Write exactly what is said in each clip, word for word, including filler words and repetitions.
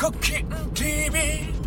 横金 ティーブイ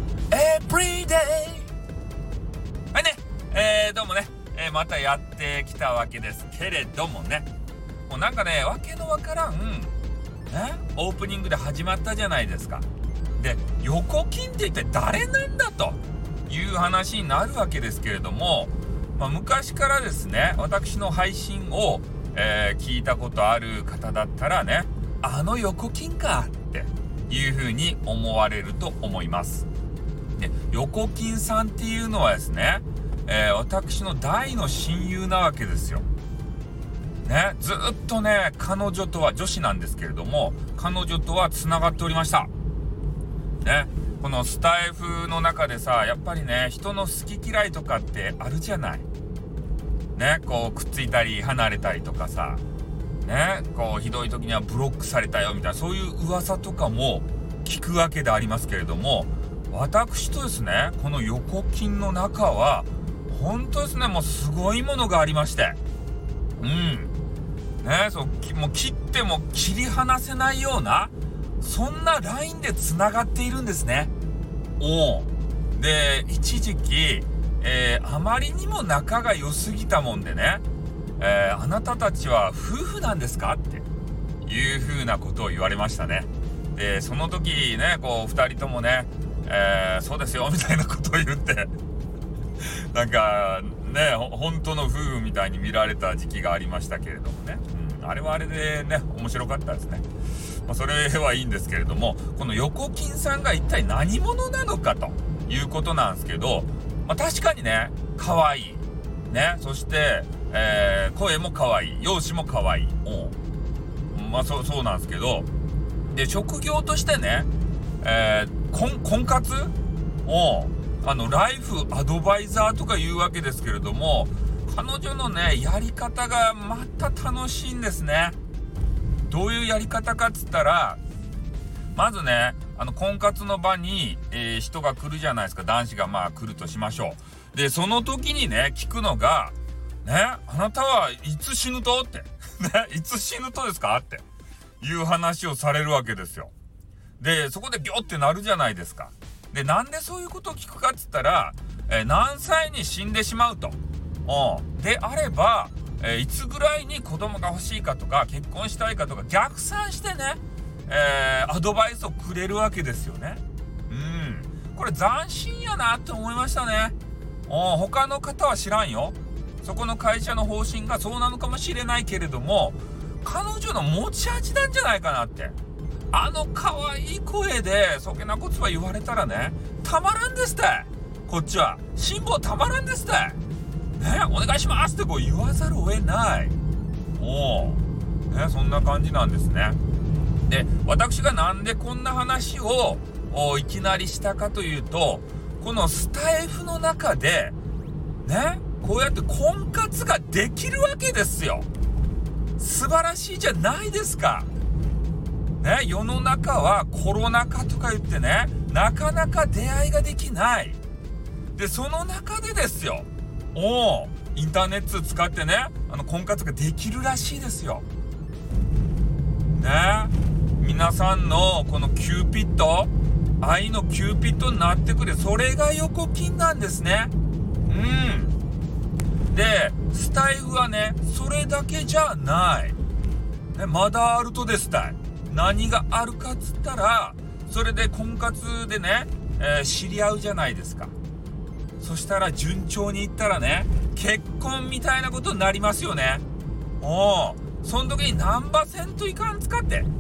Everyday。 はいね、えー、どうもね、えー、またやってきたわけですけれどもね、もうなんかね、わけのわからんねオープニングで始まったじゃないですか。で、横金って一体誰なんだという話になるわけですけれども、まあ、昔からですね、私の配信を、えー、聞いたことある方だったらね、あの横金かっていう風に思われると思います。で、横金さんっていうのはですね、えー、私の大の親友なわけですよ。ね、ずっとね、彼女とは女子なんですけれども、彼女とはつながっておりました。ね、このスタイフの中でさ、やっぱりね、人の好き嫌いとかってあるじゃない。ね、こうくっついたり離れたりとかさ、ね、こうひどい時にはブロックされたよみたいな、そういう噂とかも聞くわけでありますけれども、私とですね、この横金の中は本当ですね、もうすごいものがありまして、うんね、そうもう切っても切り離せないような、そんなラインでつながっているんですね。おで、一時期、えー、あまりにも仲が良すぎたもんでね、えー、あなたたちは夫婦なんですかっていう風なことを言われましたね。で、その時ね、こう二人ともね、えー、そうですよみたいなことを言ってなんかね、本当の夫婦みたいに見られた時期がありましたけれどもね、うん、あれはあれでね、面白かったですね。まあ、それはいいんですけれども、この横金さんが一体何者なのかということなんですけど、まあ、確かにね、可愛いね、そしてえー、声も可愛い、容姿も可愛い、うん、まあそうそうなんですけど、で、職業としてね、えー、婚婚活をあのライフアドバイザーとか言うわけですけれども、彼女のねやり方がまた楽しいんですね。どういうやり方かっつったら、まずね、あの婚活の場に、えー、人が来るじゃないですか。男子がまあ来るとしましょう。で、その時にね聞くのがね、あなたはいつ死ぬとってね、いつ死ぬとですかっていう話をされるわけですよ。で、そこでギョってなるじゃないですか。で、なんでそういうことを聞くかっつったら、えー、何歳に死んでしまうと、うん、であれば、えー、いつぐらいに子供が欲しいかとか結婚したいかとか逆算してね、えー、アドバイスをくれるわけですよね。うん、これ斬新やなって思いましたね。うん、他の方は知らんよ。そこの会社の方針がそうなのかもしれないけれども、彼女の持ち味なんじゃないかなって。あの可愛い声でそげなことは言われたらね、たまらんですって。こっちは辛抱たまらんですってね、お願いしますってこう言わざるを得ない。おうね、そんな感じなんですね。で、私がなんでこんな話をいきなりしたかというと、このスタイフの中でね、こうやって婚活ができるわけですよ。素晴らしいじゃないですか。ね、世の中はコロナ禍とか言ってね、なかなか出会いができない。で、その中でですよ、おー、インターネット使ってね、あの婚活ができるらしいですよ。ね、皆さんのこのキューピッド、愛のキューピッドになってくれ、それが横金なんですね。うん。で、スタイフはね、それだけじゃない、ね、まだあるとですたい。何があるかっつったら、それで婚活でね、えー、知り合うじゃないですか。そしたら順調にいったらね、結婚みたいなことになりますよね。おー、その時に何パーセントいかん使って、うん、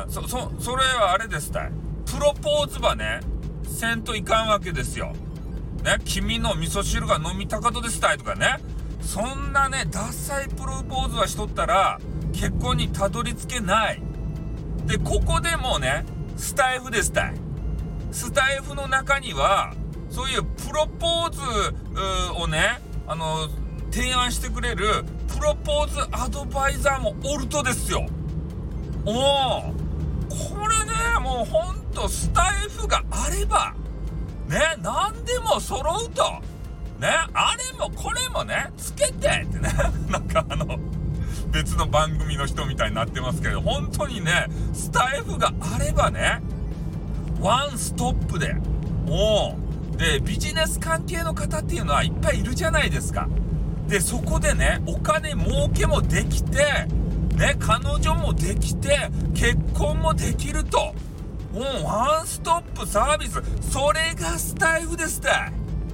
そそそれはあれですたい。プロポーズばね、せんといかんわけですよ。ね、君の味噌汁が飲みたかとですたいとかね、そんなねダサいプロポーズはしとったら結婚にたどり着けない。で、ここでもね、スタイフですたい。スタイフの中にはそういうプロポーズをね、あの提案してくれるプロポーズアドバイザーもおるとですよ。おー、これね、もうほんとスタイフがあればね、何でも揃うとね、あれもこれもねつけてってねなんかあの別の番組の人みたいになってますけど、本当にね、スタイフがあればね、 ワンストップで、おーでビジネス関係の方っていうのはいっぱいいるじゃないですか。でそこでね、お金儲けもできてね、彼女もできて結婚もできると、もうワンストップサービス、それがスタイフですってね。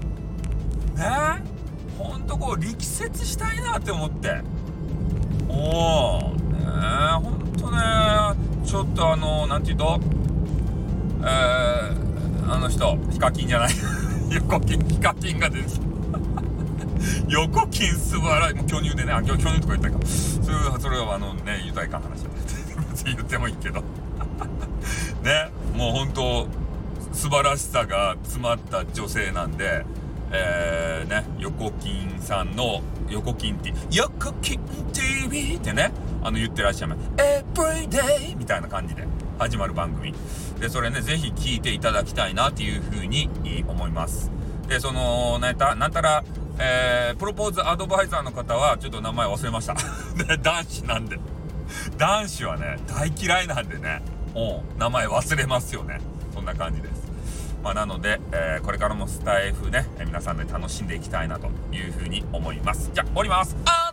ほんとこう力説したいなって思って、おーねえ、ほんとね、ちょっとあのなんていうと、えー、あの人ヒカキンじゃない横金ヒカキンがです横金素晴らしい、もう巨乳でね、あ巨乳とか言ったか、それはそれはあのね言うたらいかん話だ別に言ってもいいけどね、もう本当素晴らしさが詰まった女性なんで、えー、ね、横金さんの横金って横金 ティーブイ ってね、あの言ってらっしゃいます Everyday みたいな感じで始まる番組で、それねぜひ聞いていただきたいなっていうふうに思います。でそのなんたなんたら、えー、プロポーズアドバイザーの方はちょっと名前忘れましたで男子なんで、男子はね大嫌いなんでね、お名前忘れますよね。そんな感じです。まあ、なので、えー、これからもスタイフね、皆さんで楽しんでいきたいなというふうに思います。じゃあ終わります。あー